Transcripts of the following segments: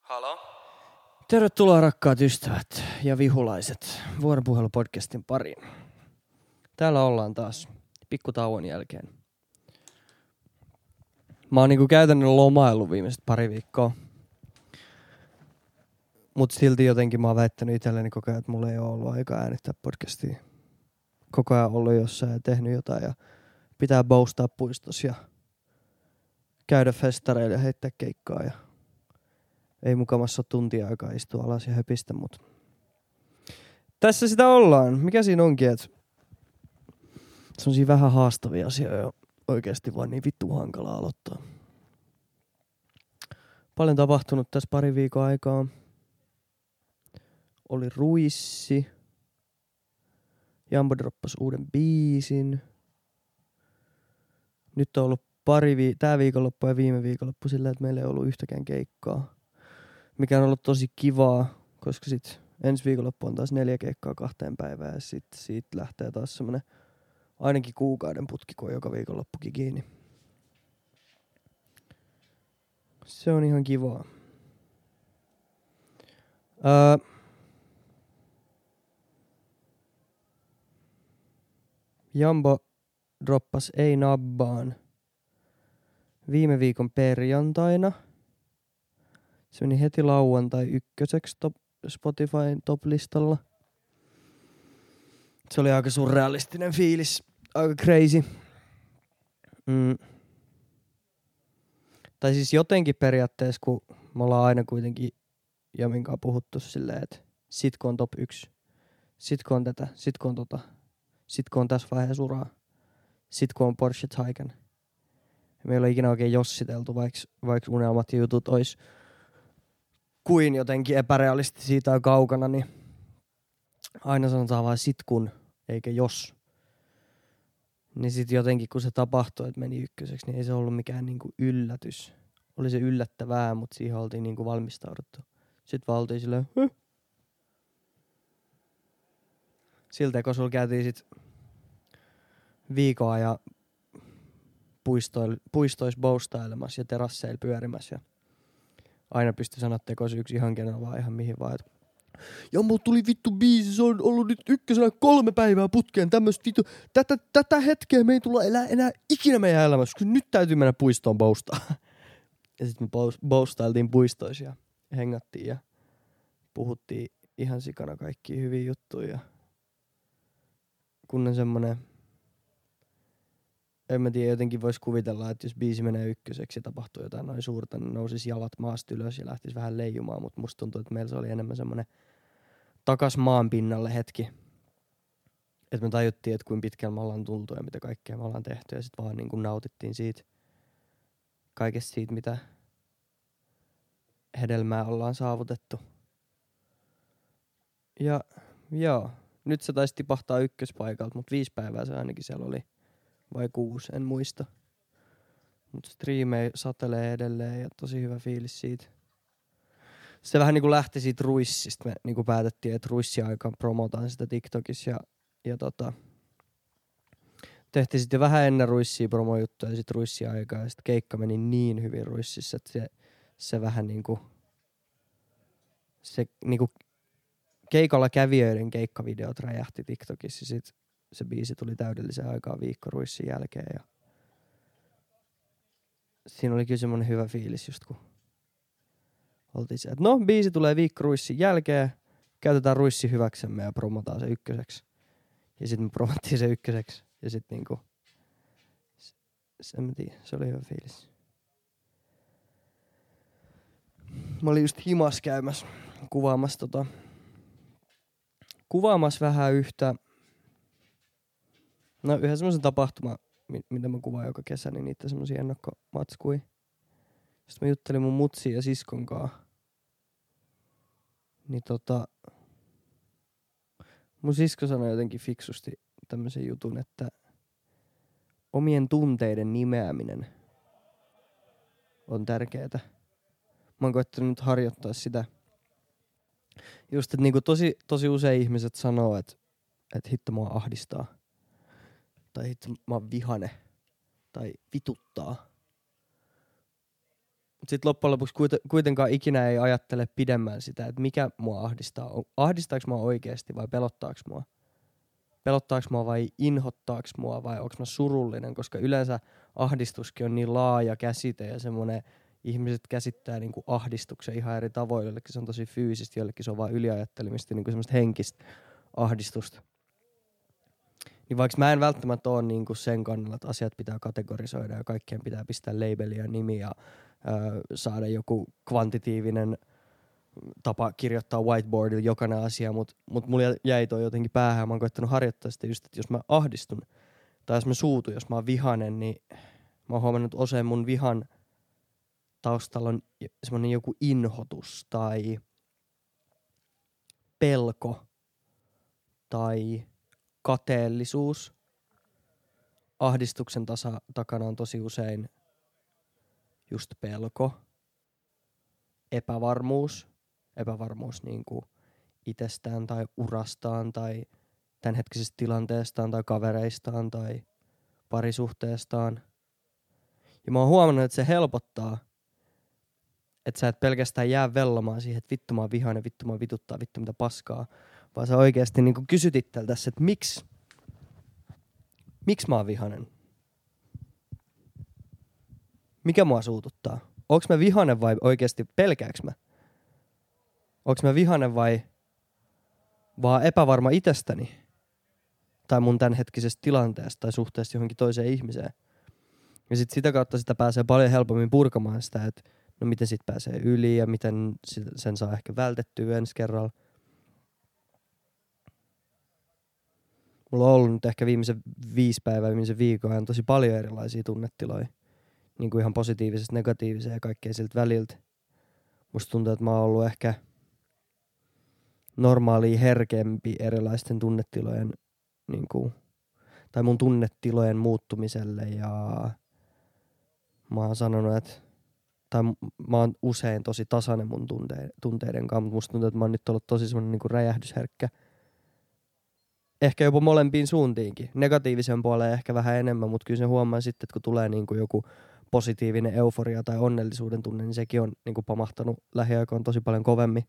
Halo? Tervetuloa rakkaat ystävät ja vihulaiset Vuoropuhelu-podcastin pariin. Täällä ollaan taas pikkutauon jälkeen. Mä oon käytännön lomaillut viimeiset pari viikkoa. Mut silti jotenkin mä oon väittänyt itselleni koko ajan, että mulla ei oo ollut aikaa äänittää podcastia. Koko ajan ollut jossain ja tehnyt jotain ja pitää boostaa puistossa ja käydä festareilla ja heittää keikkaa ja ei mukamassa ole tuntia aikaa istua alas ja höpistä, mut tässä sitä ollaan. Mikä siinä onkin, että semmosia vähän haastavia asioita oikeesti vaan niin vittu hankala aloittaa. Paljon tapahtunut tässä pari viikon aikaa. Oli Ruissi. Jambo droppasi uuden biisin. Nyt on ollut tää viikonloppu ja viime viikonloppu sillä, että meillä ei ollut yhtäkään keikkaa. Mikä on ollut tosi kivaa, koska sit ensi viikonloppu on taas 4 keikkaa 2 päivään ja sit siitä lähtee taas semmonen ainakin kuukauden putki, kun on joka viikonloppukin kiinni. Se on ihan kivaa. Jambo droppas Ei nabbaan viime viikon perjantaina. Se meni heti lauantai ykköseksi Spotifyn top-listalla. Se oli aika surrealistinen fiilis. Aika crazy. Tai siis jotenkin periaatteessa, kun me ollaan aina kuitenkin Jaminkaan puhuttu silleen, että sit kun on top 1, sit kun on tätä, sit kun on tota, sit kun on tässä vaiheessa uraa, sit kun on Porsche Taycan. Me ei ole ikinä oikein jossiteltu, vaikka unelmat ja jutut ois kuin jotenkin epärealistisia tai kaukana, niin aina sanotaan vaan sit kun, eikä jos. Niin sit jotenkin kun se tapahtui, että meni ykköseksi, niin ei se ollut mikään niinku yllätys. Oli se yllättävää, mutta siihen oltiin niinku valmistauduttu. Sitten vaan oltiin silleen, siltä kun sulla käytiin sit viikon ajan puistoissa boostailemassa ja terasseilla pyörimässä ja aina pystyi sanoa tekoisi yksi ihan kenellä vaan ihan mihin vaan. Ja mulla tuli vittu biisi, se on ollut nyt ykkösenä 3 päivää putkeen tämmöstä vittu. Tätä hetkeä me ei tulla elää enää ikinä meidän elämässä, koska nyt täytyy mennä puistoon boostaa. Ja sit me boostailtiin puistoissa ja hengattiin ja puhuttiin ihan sikana kaikkia hyviä juttuja. Ja kunnen semmonen, en mä tiedä, jotenkin vois kuvitella, että jos biisi menee ykköseksi ja tapahtuu jotain noin suurta, niin nousis jalat maasta ylös ja lähtis vähän leijumaan, mutta musta tuntuu, että meillä se oli enemmän semmonen takas maan pinnalle hetki. Että me tajuttiin, että kuinka pitkällä me ollaan tultu ja mitä kaikkea me ollaan tehty ja sit vaan niin kuin nautittiin siitä, kaikesta siitä, mitä hedelmää ollaan saavutettu. Ja joo, nyt se taisi tipahtaa ykköspaikalta, mutta 5 päivää se ainakin siellä oli. Vai 6, en muista. Mutta striimei satelee edelleen ja tosi hyvä fiilis siitä. Se vähän niinku lähti siitä Ruissista. Me niinku päätettiin, että Ruissia aikaan promotaan sitä TikTokissa ja tehtiin sitten vähän ennen Ruissia promojuttuja ja sitten Ruissia aikaa. Ja sitten keikka meni niin hyvin Ruississa, että se vähän niinku keikalla kävijöiden keikkavideot räjähti TikTokissa ja sit se biisi tuli täydelliseen aikaan viikko Ruissin jälkeen ja siinä oli kyllä semmonen hyvä fiilis just kun oltiin se, että no biisi tulee viikko Ruissin jälkeen, käytetään Ruissi hyväksemme ja promotaan se ykköseksi. Ja sit me promottiin se ykköseksi ja sit niinku, en tiedä, se oli hyvä fiilis. Mä olin just himas käymässä kuvaamassa vähän yhtä. No yhden semmoisen tapahtuma, mitä mä kuvaan joka kesä, niin niitä semmosia ennakkomatskui. Sitten mä juttelin mun mutsin ja siskon kanssa. Niin mun sisko sanoi jotenkin fiksusti tämmöisen jutun, että omien tunteiden nimeäminen on tärkeetä. Mä oon koettanut nyt harjoittaa sitä. Just, että niinku tosi usein ihmiset sanoo, että hitto mua ahdistaa. Tai hitto mä oon vihane. Tai vituttaa. sitten loppujen lopuksi kuitenkaan ikinä ei ajattele pidemmän sitä, että mikä mua ahdistaa. Ahdistaako mua oikeasti vai pelottaako mua? Pelottaako mua vai inhottaako mua vai onko mä surullinen? Koska yleensä ahdistuskin on niin laaja käsite ja semmoinen, ihmiset käsittää niinku ahdistuksen ihan eri tavoin. Jollekin se on tosi fyysistä, jollekin se on vaan yliajattelemista, niinku semmoista henkistä ahdistusta. Niin vaikka mä en välttämättä ole niinku sen kannalla, että asiat pitää kategorisoida ja kaikkien pitää pistää labeli ja nimi ja saada joku kvantitiivinen tapa kirjoittaa whiteboardilla jokainen asia, mutta mulla jäi toi jotenkin päähän. Mä oon koittanut harjoittaa sitä just, että jos mä ahdistun tai jos mä suutun, jos mä oon vihanen, niin mä oon huomannut usein mun vihan taustalla on semmonen joku inhotus tai pelko tai kateellisuus. Ahdistuksen takana on tosi usein just pelko, epävarmuus niin kuin itsestään tai urastaan tai tämänhetkisestä tilanteestaan tai kavereistaan tai parisuhteestaan. Ja mä oon huomannut, että se helpottaa, että sä et pelkästään jää vellomaan siihen, että vittu mä oon vihainen, vittu mä vituttaa, vittu mitä paskaa, vaan sä oikeasti niin kuin kysyt itseltäsi, että miksi mä oon vihainen? Mikä mua suututtaa? Onks mä vihainen vai oikeasti pelkääks mä? Onks mä vihainen vai vaan epävarma itsestäni? Tai mun tämänhetkisestä tilanteesta tai suhteesta johonkin toiseen ihmiseen? Ja sit sitä kautta sitä pääsee paljon helpommin purkamaan sitä, että no miten sit pääsee yli ja miten sen saa ehkä vältettyä ensi kerralla. Mulla on ollut nyt ehkä viimeisen 5 päivää, viimeisen viikon ajan tosi paljon erilaisia tunnetiloja. Niin kuin ihan positiivisesta, negatiiviseen ja kaikkea siltä väliltä. Musta tuntuu, että mä oon ollut ehkä normaalia herkempi erilaisten tunnetilojen, niin kuin, tai mun tunnetilojen muuttumiselle. Ja mä oon sanonut, että tai mä oon usein tosi tasainen mun tunteiden kanssa, mutta musta tuntuu, että mä oon nyt ollut tosi semmonen niin kuin räjähdysherkkä. Ehkä jopa molempiin suuntiinkin. Negatiivisen puoleen ehkä vähän enemmän, mutta kyllä se huomaa sitten, että kun tulee niin kuin joku positiivinen euforia tai onnellisuuden tunne, niin sekin on niin kuin pamahtanut lähiaikoina tosi paljon kovemmin.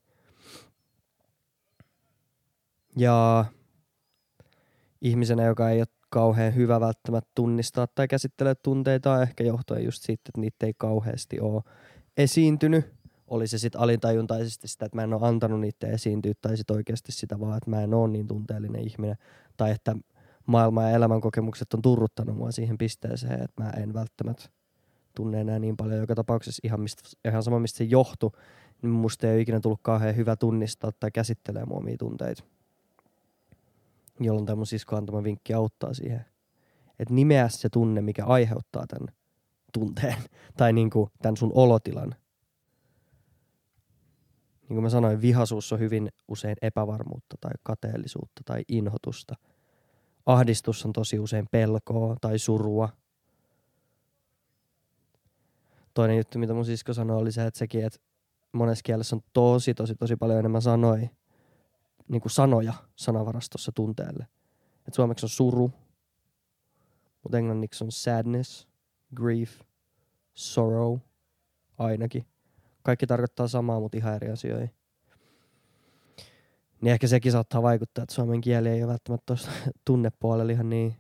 Ja ihmisenä, joka ei ole kauhean hyvä välttämättä tunnistaa tai käsittelee tunteita, ehkä johtuen just siitä, että niitä ei kauheasti ole esiintynyt. Oli se sitten alintajuntaisesti sitä, että mä en ole antanut niitä esiintyä, tai sitten oikeasti sitä vaan, että mä en ole niin tunteellinen ihminen. Tai että maailma ja elämän kokemukset on turruttanut mua siihen pisteeseen, että mä en välttämättä tunne enää niin paljon. Joka tapauksessa ihan sama, mistä se johtui, niin musta ei ole ikinä tullut kauhean hyvä tunnistaa tai käsittelee mua omia tunteita. Jolloin tämä mun sisko antama vinkki auttaa siihen. Että nimeä se tunne, mikä aiheuttaa tämän tunteen. Tai niinku tämän sun olotilan. Niin kuin mä sanoin, vihaisuus on hyvin usein epävarmuutta tai kateellisuutta tai inhotusta. Ahdistus on tosi usein pelkoa tai surua. Toinen juttu, mitä mun sisko sanoi, oli se, että sekin, että monessa kielessä on tosi paljon enemmän sanoja, niin kuin sanoja sanavarastossa tunteelle. Et suomeksi on suru, mutta englanniksi on sadness, grief, sorrow, ainakin. Kaikki tarkoittaa samaa, mutta ihan eri asioita. Niin ehkä sekin saattaa vaikuttaa, että suomen kieli ei ole välttämättä tuossa tunnepuolella ihan niin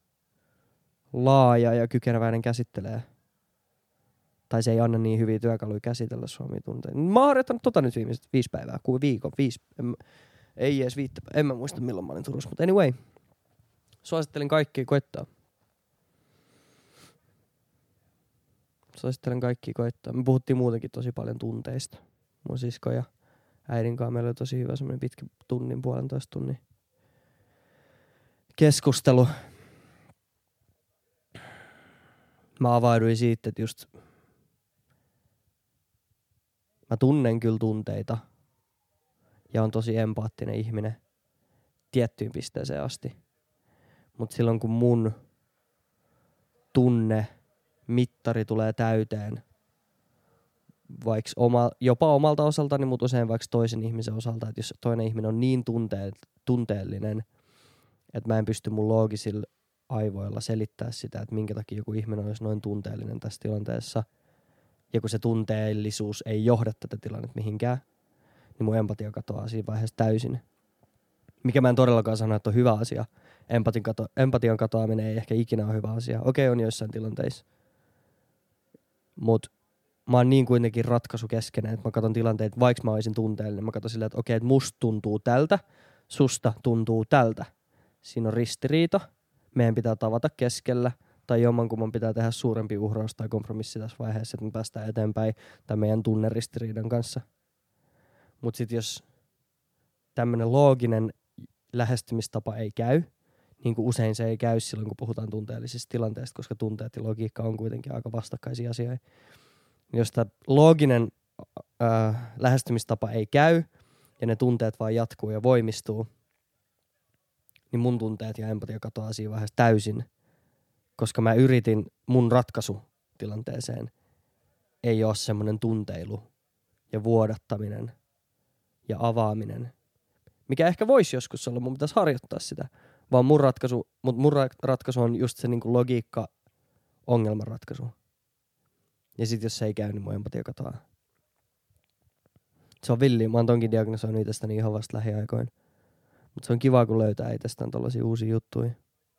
laaja ja kykeneväinen käsittelee. Tai se ei anna niin hyviä työkaluja käsitellä suomia tunteita. Mä oon harjoittanut nyt viimeiset 5 päivää, kuin viikon, 5. Ei edes 5. En mä muista milloin mä olin Turussa, mutta anyway. Suosittelen kaikkia koittaa. Me puhuttiin muutenkin tosi paljon tunteista. Mun sisko ja äidin kanssa meillä oli tosi hyvä semmoinen pitkä tunnin, 1,5 tunnin keskustelu. Mä avauduin siitä, että just mä tunnen kyllä tunteita ja on tosi empaattinen ihminen tiettyyn pisteeseen asti. Mutta silloin kun mun mittari tulee täyteen, vaikka jopa omalta osaltani, mutta usein vaikka toisen ihmisen osalta, että jos toinen ihminen on niin tunteellinen, että mä en pysty mun loogisilla aivoilla selittää sitä, että minkä takia joku ihminen olisi noin tunteellinen tässä tilanteessa, ja kun se tunteellisuus ei johda tätä tilannetta mihinkään, niin mun empatia katoaa siinä vaiheessa täysin. Mikä mä en todellakaan sano, että on hyvä asia. Empatian katoaminen ei ehkä ikinä ole hyvä asia. Okei, on joissain tilanteissa. Mut mä oon niin kuitenkin ratkaisukeskeinen, että mä katson tilanteet, vaikka mä olisin tunteellinen. Mä katson silleen, että okei, että musta tuntuu tältä, susta tuntuu tältä. Siinä on ristiriita. Meidän pitää tavata keskellä. Tai jommankumman pitää tehdä suurempi uhraus tai kompromissi tässä vaiheessa, että me päästään eteenpäin tämän meidän tunneristiriidan kanssa. Mut sit jos tämmönen looginen lähestymistapa ei käy, niin kuin usein se ei käy silloin, kun puhutaan tunteellisista tilanteista, koska tunteet ja logiikka on kuitenkin aika vastakkaisia asioita. Jos tämä looginen lähestymistapa ei käy ja ne tunteet vaan jatkuu ja voimistuu, niin mun tunteet ja empatia katoaa siinä vaiheessa täysin, koska mä yritin mun ratkaisu tilanteeseen ei ole semmoinen tunteilu ja vuodattaminen ja avaaminen, mikä ehkä voisi joskus olla, mun pitäisi harjoittaa sitä, vaan mun ratkaisu on just se niinku logiikka ongelmanratkaisu. Ja sit jos se ei käy, niin mun empatia katoaa. Se on villi. Mä oon tonkin diagnosoinut itsestäni ihan vasta lähiaikoin. Mutta se on kiva, kun löytää itsestään tollasia uusia juttuja.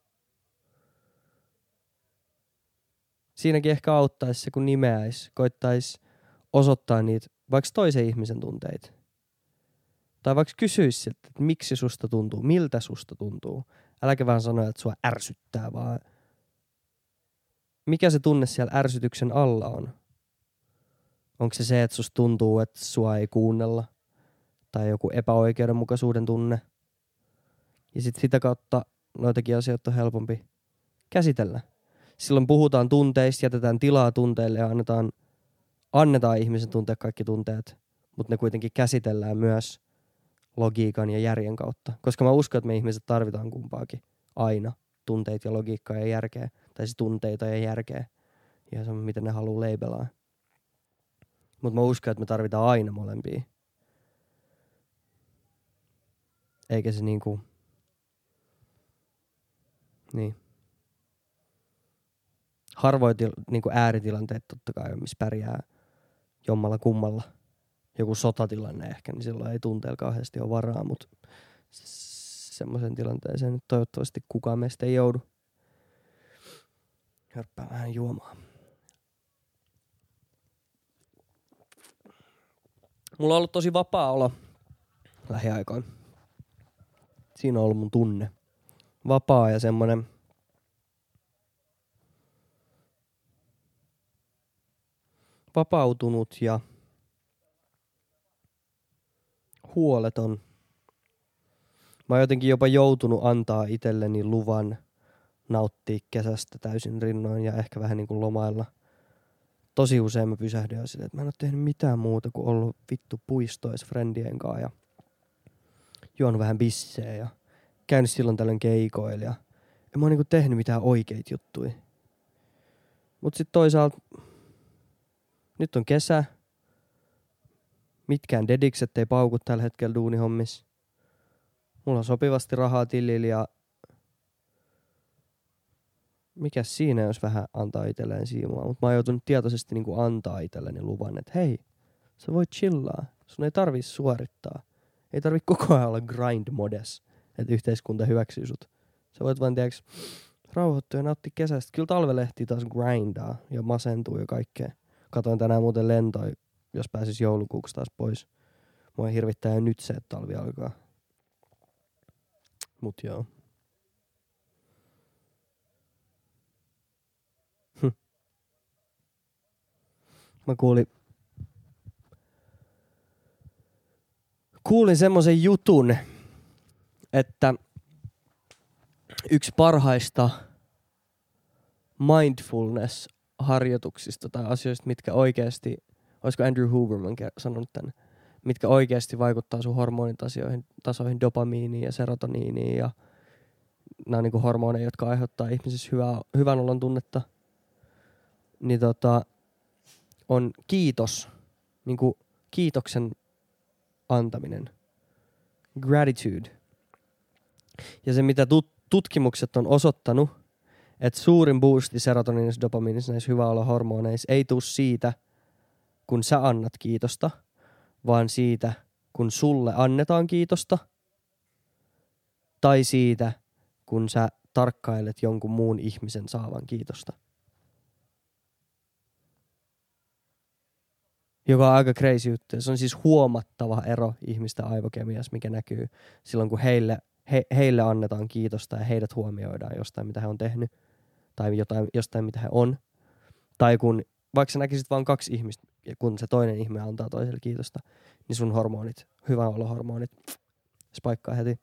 Siinäkin ehkä auttaisi se, kun nimeäisi, koittaisi osoittaa niitä, vaikka toisen ihmisen tunteita. Tai vaikka kysyisi siltä, että miksi susta tuntuu, miltä susta tuntuu. Äläkä vaan sanoa, että sua ärsyttää, vaan mikä se tunne siellä ärsytyksen alla on? Onko se, että susta tuntuu, että sua ei kuunnella? Tai joku epäoikeudenmukaisuuden tunne? Ja sitten sitä kautta noitakin asioita on helpompi käsitellä. Silloin puhutaan tunteista, jätetään tilaa tunteille ja annetaan ihmisen tuntea kaikki tunteet. Mutta ne kuitenkin käsitellään myös logiikan ja järjen kautta. Koska mä uskon, että me ihmiset tarvitaan kumpaakin aina. Tunteita ja logiikkaa ja järkeä. Tai siis tunteita ja järkeä. Ihan sama, miten ne haluaa labelaa. Mutta mä uskon, että me tarvitaan aina molempia. Eikä se niinku niin. Harvoin niinku ääritilanteet totta kai on, missä pärjää jommalla kummalla. Joku sotatilanne ehkä, niin silloin ei tunteella kauheasti ole varaa, mutta semmoisen tilanteeseen nyt toivottavasti kukaan meistä ei joudu. Hörppää vähän juomaa. Mulla on ollut tosi vapaa olo lähiaikoin. Siinä on ollut mun tunne. Vapaa ja semmonen vapautunut ja huoleton. Mä oon jotenkin jopa joutunut antaa itselleni luvan nauttia kesästä täysin rinnoin ja ehkä vähän niin kuin lomailla. Tosi usein mä pysähdyin jo silleen, että mä en oo tehnyt mitään muuta kuin ollut vittu puistoissa friendien kanssa ja juonut vähän bisseä ja käynyt silloin tällöin keikoilla ja en mä oo niinku tehnyt mitään oikeita juttuja. Mut sit toisaalta nyt on kesä. Mitkään dedikset ei pauku tällä hetkellä duunihommissa. Mulla on sopivasti rahaa tilillä ja mikäs siinä, jos vähän antaa itselleen siimoa. Mutta mä oon joutunut tietoisesti niinku antaa itselleni luvan, että hei, sä voit chillaa. Sun ei tarvii suorittaa. Ei tarvii koko ajan olla grind-modes, että yhteiskunta hyväksyy sut. Sä voit vaan tiiäks rauhoittua ja nauttia kesästä. Kyllä talvella ehtii taas grindaa ja masentuu ja kaikkea. Katoin tänään muuten lentoa, jos pääsis joulukuuksi taas pois. Mua hirvittää jo nyt se, että talvi alkaa. Mut joo. Mä kuulin semmoisen jutun, että yksi parhaista mindfulness-harjoituksista tai asioista, mitkä oikeasti, olisiko Andrew Huberman sanonut tämän, mitkä oikeasti vaikuttaa sun hormonitasoihin, dopamiiniin ja serotoniiniin ja nämä on niinku hormoneja, jotka aiheuttaa ihmisessä hyvän olon tunnetta, niin on kiitos, niinku kiitoksen antaminen, gratitude. Ja se mitä tutkimukset on osoittanut, että suurin boosti serotoniinissa, dopamiinissa, näissä hyvä olo hormoneissa ei tule siitä, kun sä annat kiitosta, vaan siitä, kun sulle annetaan kiitosta. Tai siitä, kun sä tarkkailet jonkun muun ihmisen saavan kiitosta. Joka on aika crazy juttu. Se on siis huomattava ero ihmisten aivokemiassa, mikä näkyy silloin, kun heille annetaan kiitosta ja heidät huomioidaan jostain, mitä he on tehnyt. Tai jostain, mitä he on. Tai kun vaikka sä näkisit vain 2 ihmistä, ja kun se toinen ihminen antaa toiselle kiitosta, niin sun hormonit, hyvän olohormonit, spaikkaa heti.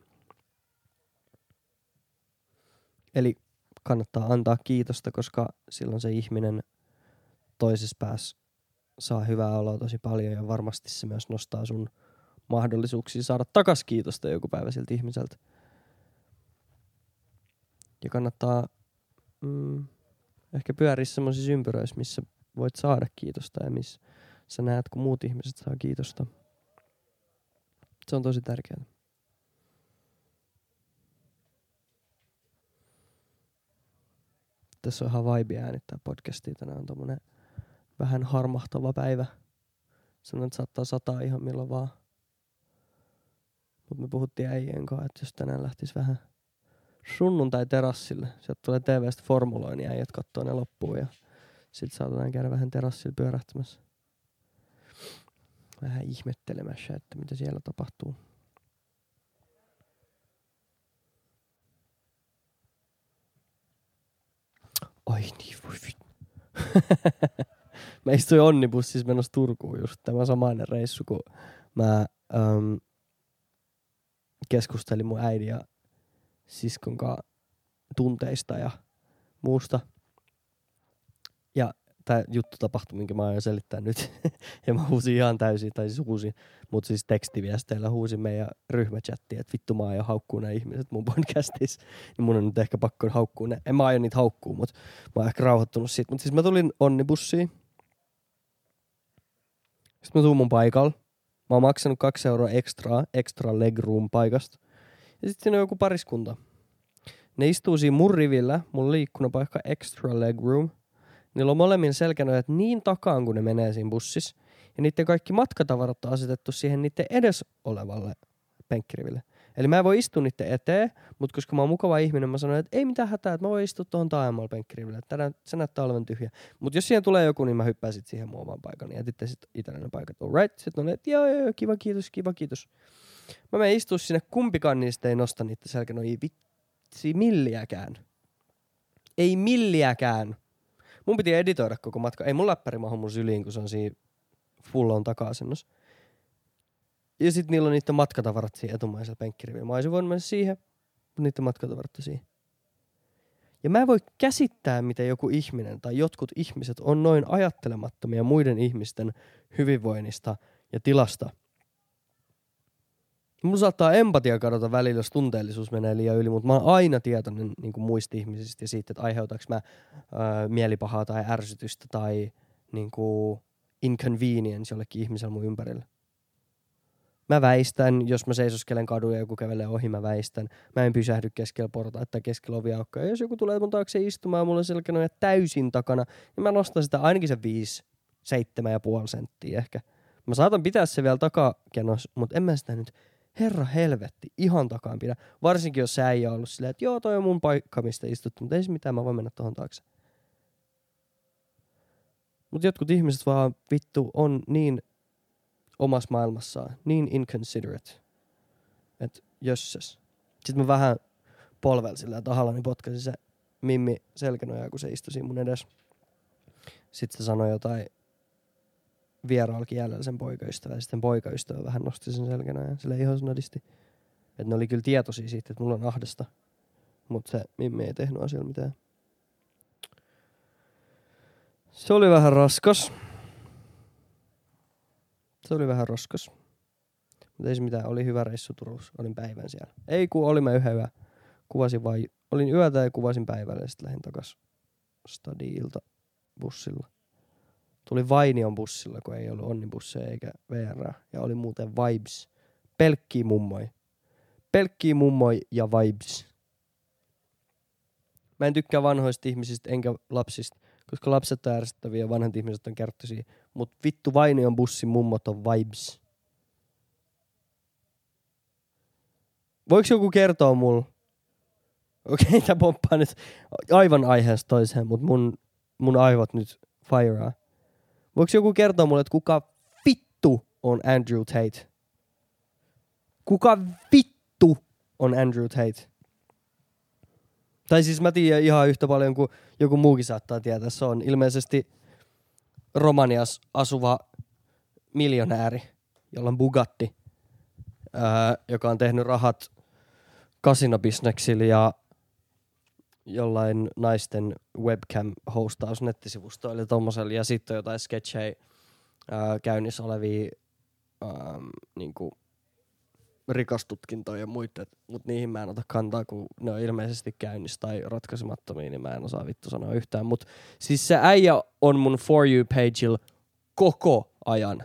Eli kannattaa antaa kiitosta, koska silloin se ihminen toisessa päässä saa hyvää oloa tosi paljon ja varmasti se myös nostaa sun mahdollisuuksia saada takas kiitosta joku päivä siltä ihmiseltä. Ja kannattaa ehkä pyöriä semmoisissa ympyröissä, missä voit saada kiitosta ja missä sä näet, kun muut ihmiset saa kiitosta. Se on tosi tärkeää. Tässä on ihan vibe äänittää podcastia. Tänään on tommonen vähän harmahtava päivä. Sanon, että saattaa sataa ihan milloin vaan. Mut me puhuttiin äijien kanssa, että jos tänään lähtis vähän sunnuntai terassille. Sieltä tulee TV:stä formuloin, niin äijät kattoo ne loppuun ja sit saatetaan käydä vähän terassilla pyörähtämässä. Vähän ihmettelemässä, että mitä siellä tapahtuu. Ai niin, voi vittu. Mä istuin Onnibussissa menossa Turkuun just tämä samainen reissu, kun mä keskustelin mun äidin ja siskon kanssa tunteista ja muusta. Ja tää juttu tapahtui, minkä mä aion selittää nyt. Ja mä huusin ihan täysin, tai siis huusin, mutta siis tekstiviesteillä huusin meidän ryhmächattiin, että vittu mä aion haukkuu nämä ihmiset mun podcastissa. Niin mun on nyt ehkä pakko haukkuu ne. En mä aio niitä haukkuu, mutta mä oon ehkä rauhoittunut siitä. Mutta siis mä tulin Onnibussiin. Sitten mä tuun mun paikalla. Mä oon maksanut 2 € extra legroom paikasta. Ja sitten siinä on joku pariskunta. Ne istuu siinä mun rivillä, mulla oli ikkunapaikka extra legroom. Niillä on molemmin selkänojat niin takaan, kun ne menee siinä bussissa. Ja niiden kaikki matkatavarat on asetettu siihen niiden edes olevalle penkkiriville. Eli mä en voi istua niiden eteen, mutta koska mä oon mukava ihminen, mä sanoin, että ei mitään hätää, että mä voin istua tuohon taajamalla penkkiriville. Se näyttää olevan tyhjä. Mutta jos siihen tulee joku, niin mä hyppään sit siihen mun oman paikan. Ja jätitte sit itselleen paikat. Alright. Sitten on, että joo, kiva, kiitos. Mä menen istua sinne, kumpikaan niistä ei nosta niiden selkänojia vitsi milliäkään. Ei milliäkään. Mun piti editoida koko matka. Ei mun läppäri mahu mun syliin, kun se on siinä full-on taka-asennossa. Ja sit niillä on niiden matkatavarat siinä etumaisella penkkirivillä. Mä olisin voinut mennä siihen, mutta niiden matkatavarat on siinä. Ja mä en voi käsittää, miten joku ihminen tai jotkut ihmiset on noin ajattelemattomia muiden ihmisten hyvinvoinnista ja tilasta. Mulla saattaa empatia kadota välillä, jos tunteellisuus menee liian yli, mutta mä oon aina tietoinen niin kuin muista ihmisistä ja siitä, että aiheutaanko mä mielipahaa tai ärsytystä tai niin kuin inconvenience jollekin ihmisellä mun ympärillä. Mä väistän, jos mä seisoskelen kadulla ja joku kävelee ohi, mä väistän. Mä en pysähdy keskellä portaita tai keskellä oviaukkoa. Jos joku tulee mun taakse istumaan ja mulla on selkänoja täysin takana, niin mä nostan sitä ainakin se 7,5 senttiä ehkä. Mä saatan pitää se vielä takakenos, mutta en mä sitä nyt, herra helvetti, ihan takaan pidä. Varsinkin jos sä ei ole ollut silleen, että joo, toi on mun paikka, mistä istuttu, mutta ei se mitään, mä voin mennä tohon taakse. Mutta jotkut ihmiset vaan vittu on niin omassa maailmassaan, niin inconsiderate, että jösses. Sitten mä vähän polvel sillä tahallani potkasin se Mimmi selkänojaa, kun se istui siinä mun edessä. Sitten se sanoi jotain vieraalkin jäljellä sen poikaystävä, ja sitten poikaystävä vähän nosti sen selkänojaa. Silleen ihan snadisti. Että ne oli kyllä tietoisia siitä, että mulla on ahdasta. Mutta se Mimmi ei tehnyt asialla mitään. Se oli vähän raskas. Mutta ei se mitään, oli hyvä reissu Turussa. Olin päivän siellä. Ei kun olimme yhden yö. Olin yötä ja kuvasin päivällä ja sitten lähdin takas stadiilta bussilla. Tuli Vainion bussilla, kun ei ollut Onnibusseja eikä VR. Ja oli muuten vibes. Pelkkii mummoi ja vibes. Mä en tykkää vanhoista ihmisistä enkä lapsista, Koska lapset on ärsyttäviä ja vanhat ihmiset on kärttyisiä. Mut vittu Vainion bussin mummot on vibes. Voiko joku kertoa mulle? Okei, tää pomppaa nyt aivan aiheesta toiseen, mut mun aivot nyt fireaa. Voiko joku kertoa mulle, että kuka vittu on Andrew Tate? Kuka vittu on Andrew Tate? Tai siis mä tiedän ihan yhtä paljon kuin joku muukin saattaa tietää. Se on ilmeisesti Romanias asuva miljonääri, jolla on Bugatti, joka on tehnyt rahat kasinobisneksillä ja jollain naisten webcam-hostaus nettisivustoille tommoselle. Ja sitten on jotain sketchejä käynnissä olevia niinku rikastutkintoja ja muita, mut niihin mä en ota kantaa, kun ne on ilmeisesti käynnissä tai ratkaisemattomia, niin mä en osaa vittu sanoa yhtään. Mut siis se äijä on mun For You-pageilla koko ajan.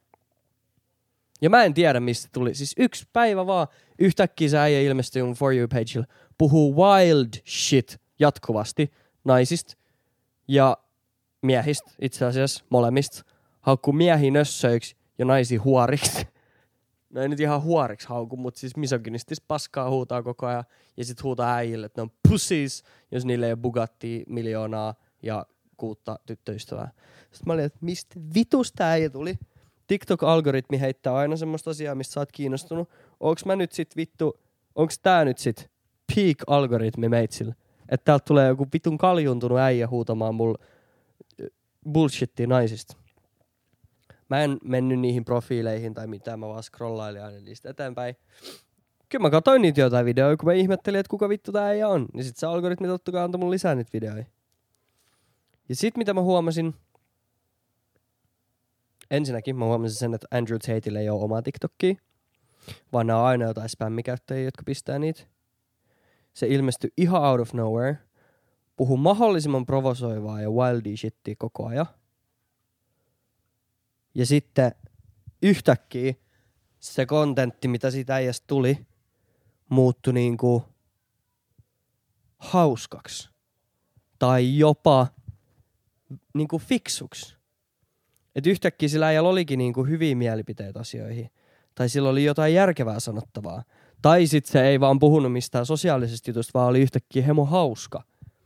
Ja mä en tiedä, mistä tuli. Siis yksi päivä vaan yhtäkkiä se äijä ilmestyi mun For You-pageilla, puhuu wild shit jatkuvasti naisista ja miehistä, itse asiassa molemmista. Haukkuu miehiä nössöiksi ja naisia huoriksi. No ei nyt ihan huoriksi hauku, mutta siis misogynististä paskaa huutaa koko ajan. Ja sit huutaa äijille, että ne on pussies, jos niille ei ole Bugattia, miljoonaa ja 6 tyttöystävää. Sitten mä olin, että mistä vitusta äijä tuli? TikTok-algoritmi heittää aina semmoista asiaa, mistä sä oot kiinnostunut. Onks tää nyt sit peak-algoritmi meitsillä? Että täältä tulee joku vitun kaljuntunut äijä huutamaan mulle bullshittia naisista. Mä en mennyt niihin profiileihin tai mitään, mä vaan scrollailin aina niistä eteenpäin. Kyllä mä katsoin niitä jotain videoita, kun mä ihmettelin, että kuka vittu tää äijä on. Ja sit se algoritmi tottakaan antoi mun lisää niitä videoita. Ja sit mitä mä huomasin, ensinnäkin mä huomasin sen, että Andrew Tateille ei ole omaa TikTokia, vaan nää on aina jotain spämmikäyttäjiä, jotka pistää niitä. Se ilmestyi ihan out of nowhere, puhuu mahdollisimman provosoivaa ja wildia shittia koko ajan. Ja sitten yhtäkkiä se kontentti, mitä siitä äijästä tuli, muuttui niinku hauskaksi. Tai jopa niinku fiksuksi. Et yhtäkkiä sillä äijällä olikin niinku hyviä mielipiteitä asioihin. Tai sillä oli jotain järkevää sanottavaa. Tai sit se ei vaan puhunut mistään sosiaalisesta jutusta, vaan oli yhtäkkiä hemo hauska.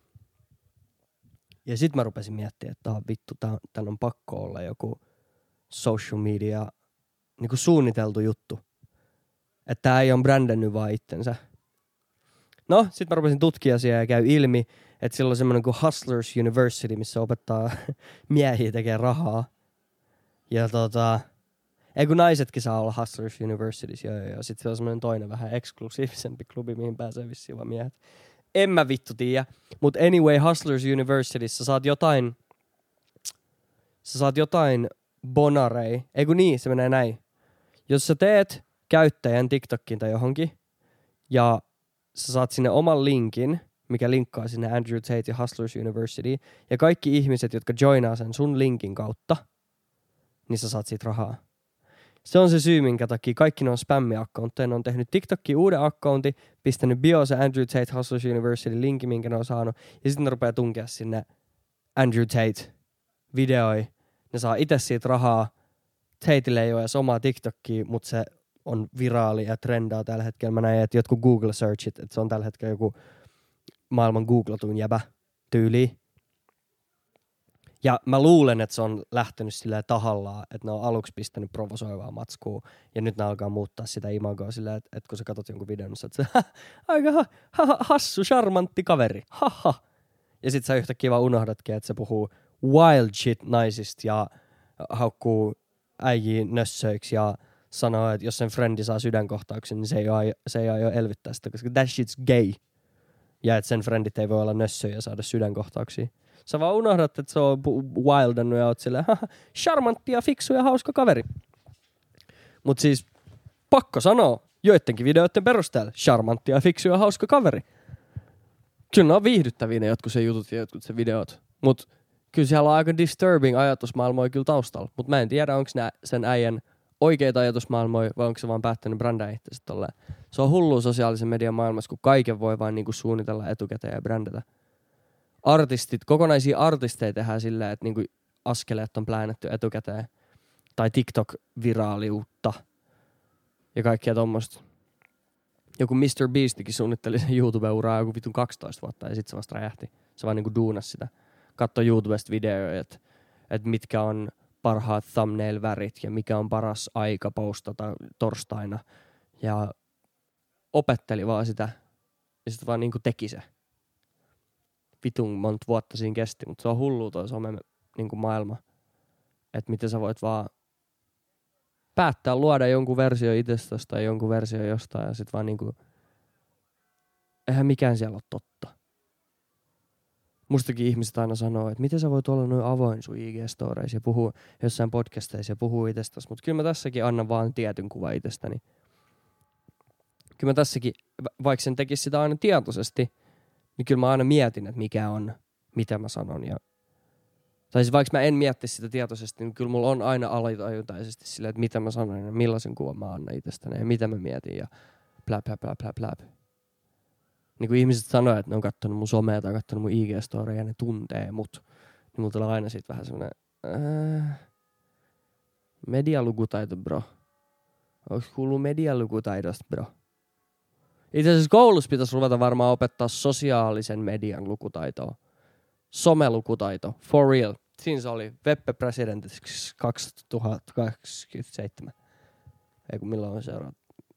Ja sit mä rupesin miettimään, että vittu, tän on pakko olla joku social media niinku suunniteltu juttu. Että tää ei ole brändännyt vaan itsensä. No, sit mä rupesin tutkia asiaa ja käy ilmi, että sillä on semmonen kuin Hustlers University, missä opettaa miehiä tekee rahaa. Ja ei kun naisetkin saa olla Hustlers Universitys, joo. Sit siellä on semmonen toinen vähän eksklusiivisempi klubi, mihin pääsee vissiin vaan miehet. En mä vittu tiedä. Mut anyway, Hustlers Universityssä sä saat jotain bonarei. Ei kun niin, se menee näin. Jos sä teet käyttäjän TikTokin tai johonkin, ja sä saat sinne oman linkin, mikä linkkaa sinne Andrew Tate ja Hustlers University, ja kaikki ihmiset, jotka joinaa sen sun linkin kautta, niin sä saat siitä rahaa. Se on se syy, minkä takia kaikki ne on spämmi-accountteja. Ne on tehnyt TikTokin uuden accountin, pistänyt bio se Andrew Tate Hustlers University linkin, minkä ne on saanut, ja sitten ne rupeaa tunkea sinne Andrew Tate videoi. Ne saa itse siitä rahaa. Tateille ei ole edes omaa TikTokia, mutta se on viraali ja trendaa tällä hetkellä. Mä näin, että jotkut Google searchit, että se on tällä hetkellä joku maailman googlatuin jäbä tyyliin. Ja mä luulen, että se on lähtenyt silleen tahallaan, että ne on aluksi pistänyt provosoivaa matskua. Ja nyt ne alkaa muuttaa sitä imagoa silleen, että kun sä katot jonkun videon, niin sä oot se, aika hassu, charmantti kaveri. Haha. Ja sit sä yhtäkkiä vaan unohdatkin, että se puhuu wild shit naisista ja haukkuu äijiä nössöiksi ja sanoo, että jos sen frendi saa sydänkohtauksen, niin se ei aio elvyttää sitä, koska that shit's gay. Ja että sen frendit ei voi olla nössöjä ja saada sydänkohtauksia. Sä vaan unohdat, että se on wildannut ja oot silleen, charmantti ja fiksu ja hauska kaveri. Mut siis, pakko sanoa, joidenkin videoiden perusteella, charmantti ja fiksu ja hauska kaveri. Kyllä ne on viihdyttäviä ne jotkut se jutut ja jotkut se videot. Mut kyllä siellä on aika disturbing ajatusmaailmoja kyllä taustalla. Mut mä en tiedä, onko sen äijän oikeita ajatusmaailmoja vai onko se vaan päättänyt brändää itse tolleen. Se on hullua sosiaalisen median maailmassa, kun kaiken voi vaan niinku suunnitella etukäteen ja brändätä. kokonaisia artisteja tehdään silleen, että niinku askeleet on pläännetty etukäteen. Tai TikTok-viraaliutta. Ja kaikkea tommoista. Joku Mr. Beastikin suunnitteli sen YouTube-uraa joku vitun 12 vuotta ja sit se vasta räjähti. Se vaan niinku duunas sitä. Katso YouTubesta videoja, että mitkä on parhaat thumbnail-värit ja mikä on paras aika postata torstaina. Ja opetteli vaan sitä. Ja sit vaan niinku teki se. Vitun monta vuotta siinä kesti, mutta se on hullua toi some niinku maailma. Että miten sä voit vaan päättää luoda jonkun versio itsestäsi tai jonkun versio jostain ja sit vaan niinku, eihän mikään siellä ole totta. Mustakin ihmiset aina sanoo, että miten sä voit olla noin avoin sun IG-storeissa ja puhua jossain podcasteissa ja puhua itsestäsi. Mutta kyllä mä tässäkin annan vaan tietyn kuvan itsestäni. Kyllä mä tässäkin, vaikka sen tekisi sitä aina tietoisesti, niin kyllä mä aina mietin, että mikä on, mitä mä sanon. Tai siis vaikka mä en miettisi sitä tietoisesti, niin kyllä mulla on aina alitajuntaisesti silleen, että mitä mä sanon ja millaisen kuvan mä annan itsestäni ja mitä mä mietin ja plä. Niin kuin ihmiset sanoo, että ne on kattonut mun somea tai kattonut mun IG-storia ja ne tuntee mut, niin mulla tulee aina siitä vähän semmonen medialukutaito, bro. Onks kuuluu medialukutaidosta, bro? Itse asiassa koulussa pitäisi ruveta varmaan opettaa sosiaalisen median lukutaitoa. Somelukutaito, for real. Siinä se oli Veppe presidentiksi 2027. Ei kun milloin on seuraava.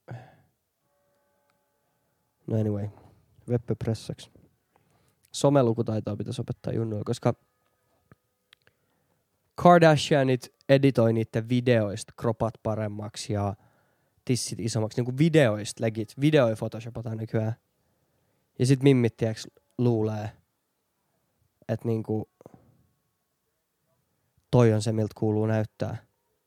No anyway, Veppe pressaksi. Somelukutaitoa pitäisi opettaa junnuilla, koska Kardashianit editoi niiden videoista kropat paremmaksi ja tissit isommaksi. Niinku videoista legit. Videoi photoshopataan nykyään. Ja sit mimmit tiiäks luulee, että niinku toi on se, miltä kuuluu näyttää.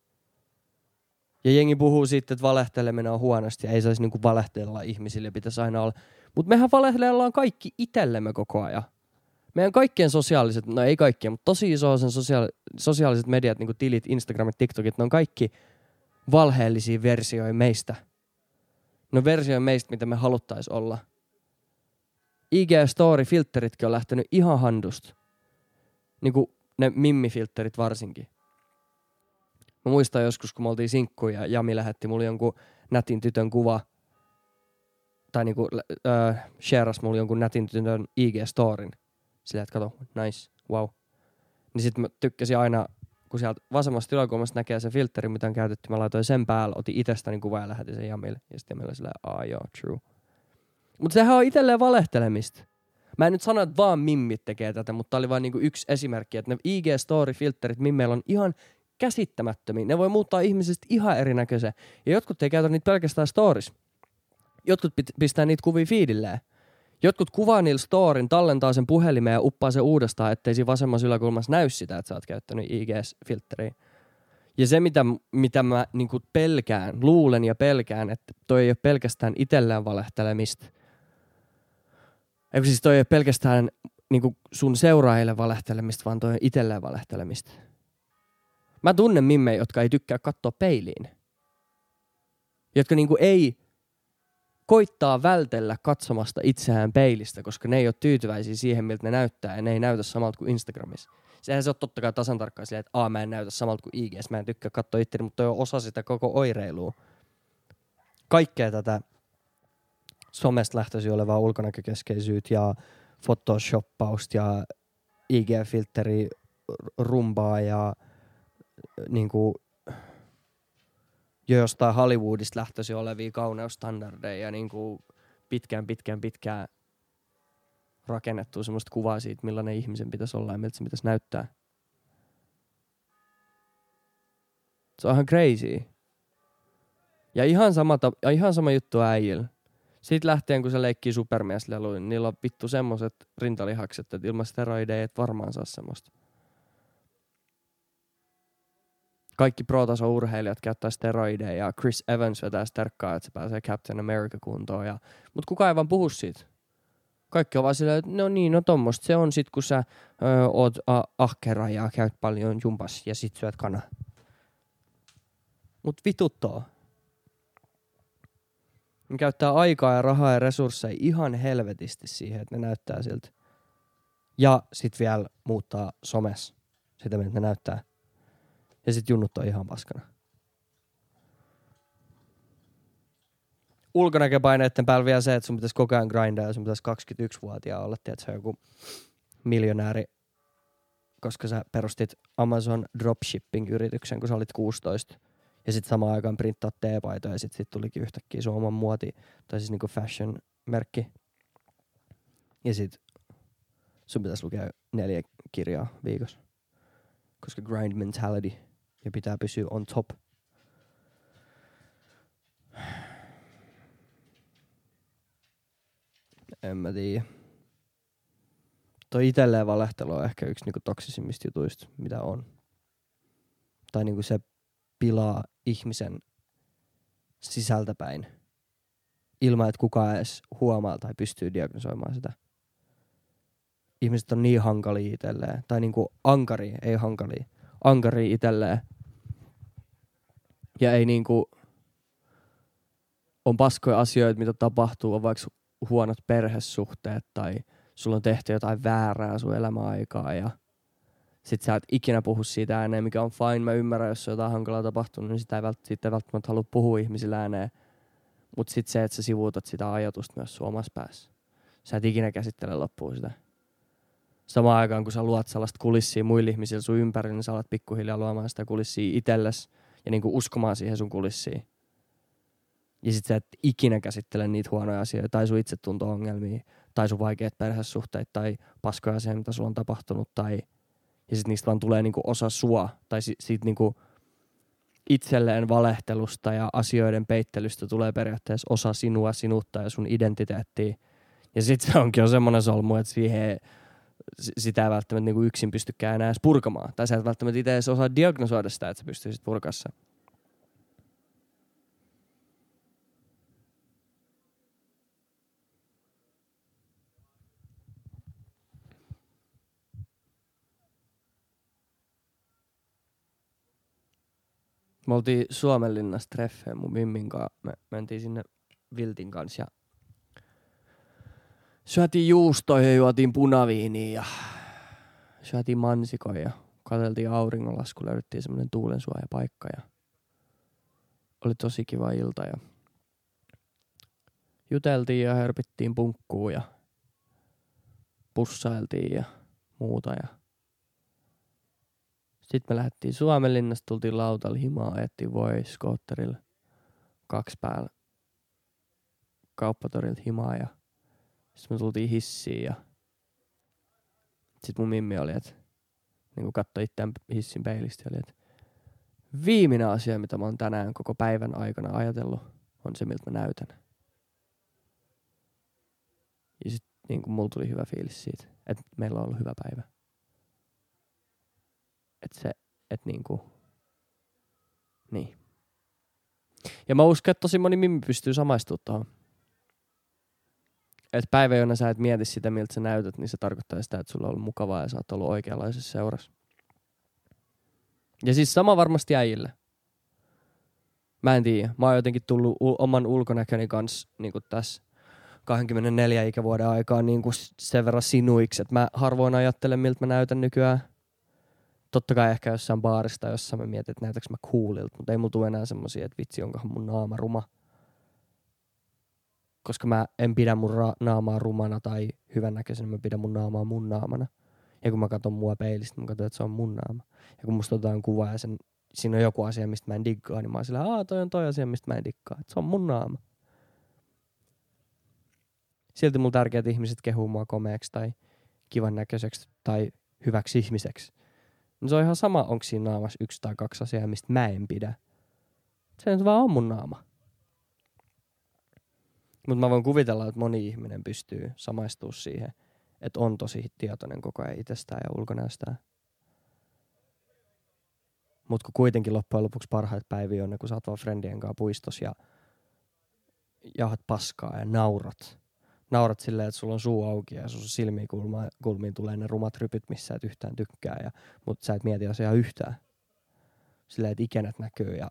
Ja jengi puhuu siitä, että valehteleminen on huonosti ja ei saisi niinku valehtella ihmisille, pitäisi aina olla. Mutta mehän valehtellaan kaikki itsellemme koko ajan. Meidän kaikkien sosiaaliset, no ei kaikkien, mutta tosi iso osan sosiaaliset mediat, niinku tilit, Instagramit, TikTokit, ne on kaikki valheellisia versioita meistä. No versioita meistä, mitä me haluttais olla. IG-story-filteritkin on lähtenyt ihan handusta. Niinku ne mimmifilterit varsinkin. Mä muistan joskus, kun me oltiin sinkkuja ja Jami lähetti mulle jonkun nätin tytön kuva. Tai niinku shareas mulle jonkun nätin tytön IG-storin. Silleen, että kato, nice, wow. Niin sit mä tykkäsin aina, kun sieltä vasemmasta yläkulmasta näkee se filteri, mitä on käytetty. Mä laitoin sen päälle, otin itsestäni kuva ja lähetin sen Jamille. Ja sitten Jamille silleen, joo, true. Mutta sehän on itselleen valehtelemista. Mä en nyt sano, että vaan mimmit tekee tätä, mutta tää oli vaan niinku yksi esimerkki, että ne IG-story-filterit mimmeillä on ihan käsittämättömiä. Ne voi muuttaa ihmisistä ihan erinäköisiä. Ja jotkut ei käytä niitä pelkästään stories. Jotkut pistää niitä kuvia feedilleen. Jotkut kuvaa niillä storin, tallentaa sen puhelimeen ja uppaa sen uudestaan, ettei siinä vasemmassa yläkulmassa näy sitä, että sä oot käyttänyt IG-filtteriä. Ja se, mitä mä niinku luulen ja pelkään, että toi ei ole pelkästään itselleen valehtelemista. Eikö siis toi ei ole pelkästään niinku sun seuraajille valehtelemista, vaan toi on itselleen valehtelemista. Mä tunnen mimmejä, jotka ei tykkää katsoa peiliin. Jotka niinku ei koittaa vältellä katsomasta itseään peilistä, koska ne ei ole tyytyväisiä siihen, miltä ne näyttää, ja ne ei näytä samalta kuin Instagramissa. Sehän se on totta kai tasan tarkkaan silleen, että mä en näytä samalta kuin IG:ssä, mä en tykkää katsoa itseäni, mutta toi on osa sitä koko oireilua. Kaikkea tätä somesta lähtöisin olevaa ulkonäkökeskeisyyttä ja photoshoppausta ja IG-filtteri rumbaa ja niinku jo jostain Hollywoodista lähtöisin olevia kauneusstandardeja ja niinku pitkään rakennettua semmoista kuvaa siitä, millainen ihmisen pitäisi olla ja miltä se pitäisi näyttää. Se on ihan crazy. Ja ihan sama juttu äijillä. Siitä lähtien, kun se leikkii supermiesleluin, niin niillä on vittu semmoset rintalihakset, että ilman steroideja et varmaan saa semmoista. Kaikki pro-tason urheilijat käyttää steroideja ja Chris Evans vetää sterkkaa, että se pääsee Captain America kuntoon. Mut kukaan ei vaan puhu siitä. Kaikki on vaan silleen, että no tommoista se on sit, kun sä oot ahkera ja käyt paljon jumpas ja sit syöt kana. Mut vituttoo. Ne käyttää aikaa ja rahaa ja resursseja ihan helvetisti siihen, että ne näyttää siltä. Ja sit vielä muuttaa somessa sitä, miltä ne näyttää. Ja sit junnut on ihan paskana. Ulkonäköpaineiden päällä vielä se, että sun pitäisi koko ajan grindaa ja sun pitäisi 21-vuotiaan olla, että sä joku miljonääri, koska sä perustit Amazon dropshipping-yrityksen, kun sä olit 16. Ja sit samaan aikaan printtaa teepaitoja ja sit tulikin yhtäkkiä sun oman muoti, tai siis niinku fashion-merkki. Ja sit sun pitäisi lukea 4 kirjaa viikossa. Koska grind mentality ja pitää pysyä on top. En mä tiedä. Toi itelleen valehtelu on ehkä yksi niinku toksisimmista jutuista, mitä on. Tai niinku se pilaa ihmisen sisältäpäin ilman, että kukaan edes huomaa tai pystyy diagnosoimaan sitä. Ihmiset on niin hankalia itselleen. Tai niinku ankaria, ei hankalia. Ankaria itselleen. Ja ei niinku on paskoja asioita, mitä tapahtuu, on vaikka huonot perhesuhteet tai sulla on tehty jotain väärää sun elämäaikaa ja sit sä et ikinä puhu siitä ääneen, mikä on fine. Mä ymmärrän, jos on jotain hankalaa tapahtunut, niin sitä ei välttämättä halua puhua ihmisille ääneen. Mut sit se, että sä sivuutat sitä ajatusta myös sun omassa päässä. Sä et ikinä käsittele loppuun sitä. Samaan aikaan, kun sä luot sellaista kulissia muille ihmisille sun ympärillä, niin sä alat pikkuhiljaa luomaan sitä kulissia itsellesi ja niinku uskomaan siihen sun kulissiin. Ja sit sä et ikinä käsittele niitä huonoja asioita, tai sun itsetunto-ongelmia, tai sun vaikeat perhesuhteet, tai paskoja asioita, mitä sulla on tapahtunut, ja sit niistä vaan tulee niinku osa sua, tai siitä niinku itselleen valehtelusta ja asioiden peittelystä tulee periaatteessa osa sinua, sinutta ja sun identiteettiä. Ja sit se onkin jo semmonen solmu, että sitä ei välttämättä niinku yksin pystykään enää edes purkamaan. Tai sä et välttämättä itse edes osaa diagnosoida sitä, että sä pystyisit purkaa sen. Me oltiin Suomenlinnassa treffeen mun mimmin kanssa. Me mentiin sinne Viltin kanssa ja syötiin juustoja ja juotiin punaviiniä ja syötiin mansikoja ja katseltiin auringonlasku. Löydettiin semmonen tuulensuojapaikka ja oli tosi kiva ilta ja juteltiin ja hörpittiin punkkuun ja pussailtiin ja muuta ja sitten me lähdettiin Suomenlinnasta, tultiin lautalla himaa, ajettiin skootterilla 2 päällä kauppatorilta himaa ja sitten me tultiin hissiin ja sitten mun mimmi oli, että niinku katsoi itseään hissin peilistä ja oli, että viimeinen asia, mitä mä oon tänään koko päivän aikana ajatellut, on se, miltä mä näytän. Ja sitten niinku mulla tuli hyvä fiilis siitä, että meillä on ollut hyvä päivä. Niin. Ja mä uskon, että tosi moni mimmi pystyy samaistumaan tuohon. Että päivä, jona sä et mieti sitä, miltä sä näytät, niin se tarkoittaa sitä, että sulla on ollut mukavaa ja sä oot ollut oikeanlaisessa seurassa. Ja siis sama varmasti äijille. Mä en tiedä. Mä oon jotenkin tullut oman ulkonäköni kanssa niin tässä 24 ikävuoden aikaan niin sen verran sinuiksi, että mä harvoin ajattelen, miltä mä näytän nykyään. Totta kai ehkä jossain baarista, jossa mä mietin, että näytäks mä coolilta, mutta ei mulla tule enää semmosia, että vitsi, onkohan mun naama ruma. Koska mä en pidä mun naamaa rumana tai hyvännäköisenä, mä pidän mun naamaa mun naamana. Ja kun mä katson mua peilistä, mä katson, että se on mun naama. Ja kun musta otetaan kuva ja siinä on joku asia, mistä mä en diggaa, niin mä oon sillä, toi on toi asia, mistä mä en diggaa. Että se on mun naama. Silti mulla tärkeät ihmiset kehuu mua komeeksi tai kivan näköiseksi tai hyväksi ihmiseksi. No se on ihan sama, onko siinä naamassa 1 tai 2 asiaa, mistä mä en pidä. Se nyt vaan on mun naama. Mutta mä voin kuvitella, että moni ihminen pystyy samaistumaan siihen, että on tosi tietoinen koko ajan itsestään ja ulkonäöstään. Mutta kun kuitenkin loppujen lopuksi parhaita päiviä on ne, kun sä oot vaan friendien kanssa puistossa ja jauhat paskaa ja naurat. Naurat silleen, että sulla on suu auki ja sun silmiin kulmiin tulee ne rumat rypyt, missä et yhtään tykkää. Mutta sä et mieti asiaa yhtään. Silleen, että ikänät näkyy ja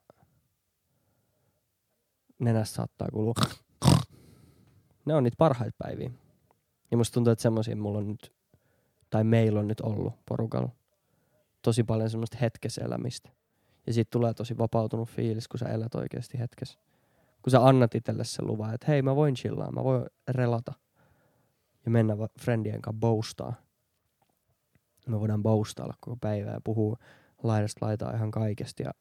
nenästä saattaa kulua. Ne on niitä parhaita päiviä. Ja musta tuntuu, että semmosia mulla on nyt tai meillä on nyt ollut porukalla tosi paljon semmoista hetkeselämistä. Ja siitä tulee tosi vapautunut fiilis, kun sä elät oikeasti hetkessä. Kun sä annat itselle sen luvan, että hei, mä voin chillaa, mä voin relata. Ja mennä friendien kanssa boustaa. Me voidaan boustailla koko päivää ja puhua laidasta laitaa ihan kaikesta ja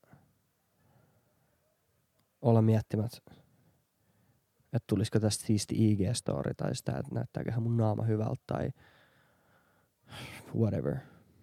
olla miettimättä, että tulisiko tästä siisti IG-story tai sitä, että näyttääköhän mun naama hyvältä tai whatever.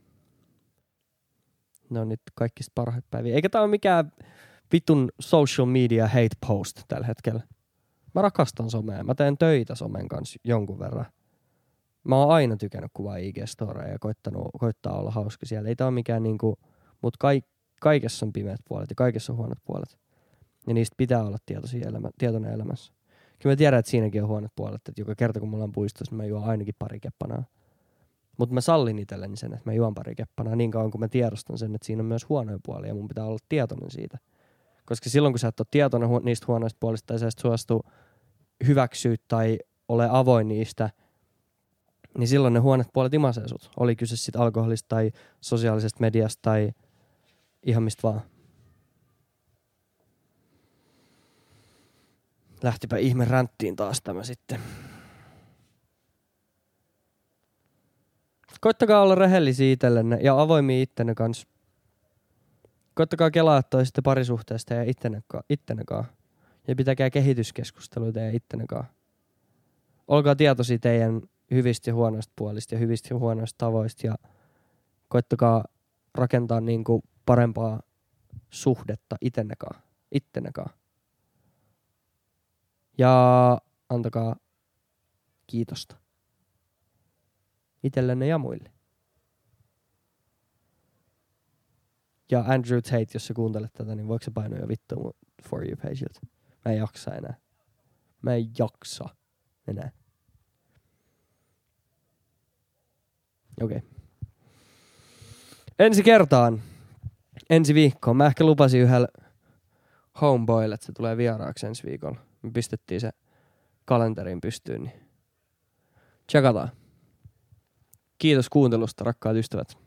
Ne on nyt kaikista parhaita päiviä. Eikä tää ole mikään vitun social media hate post tällä hetkellä. Mä rakastan somea. Mä teen töitä somen kanssa jonkun verran. Mä oon aina tykännyt kuvaa IG-storeja ja koittaa olla hauska siellä. Ei tää ole mikään niinku, mut kaikessa on pimeät puolet ja kaikessa on huonot puolet. Ja niistä pitää olla tietoinen elämässä. Kyllä mä tiedän, että siinäkin on huonot puolet, että joka kerta kun mulla on puistossa, niin mä juon ainakin pari keppanaa. Mutta mä sallin itselleni sen, että mä juon pari keppanaa niin kauan, kun mä tiedostan sen, että siinä on myös huonoja puolia ja mun pitää olla tietoinen siitä. Koska silloin, kun sä et ole tietoinen niistä huonoista puolista tai sä et suostu hyväksyä tai ole avoin niistä, niin silloin ne huonot puolet imasee sut. Oli kyse sit alkoholista tai sosiaalisesta mediasta tai ihan mistä vaan. Lähtipä ihme ränttiin taas tämä sitten. Koittakaa olla rehellisiä itsellenne ja avoimia ittenne kanssa. Koittakaa kelaa, että olisitte parisuhteesta ja ittennekaan. Ja pitäkää kehityskeskusteluita ja ittennekaan. Olkaa tietoisia teidän hyvistä ja huonoista puolista ja hyvistä ja huonoista tavoista. Ja koittakaa rakentaa niinku parempaa suhdetta ittennekaan. Ja antakaa kiitosta itsellenne ja muille. Ja Andrew Tate, jos sä kuuntelet tätä, niin voiko sä painoa jo vittua mun For You pageilta? Mä en jaksa enää. Mä en jaksa enää. Okei. Ensi viikkoon. Mä ehkä lupasin yhdellä homeboylle, että se tulee vieraaksi ensi viikolla. Me pistettiin se kalenteriin pystyyn, niin tsekataan. Kiitos kuuntelusta, rakkaat ystävät.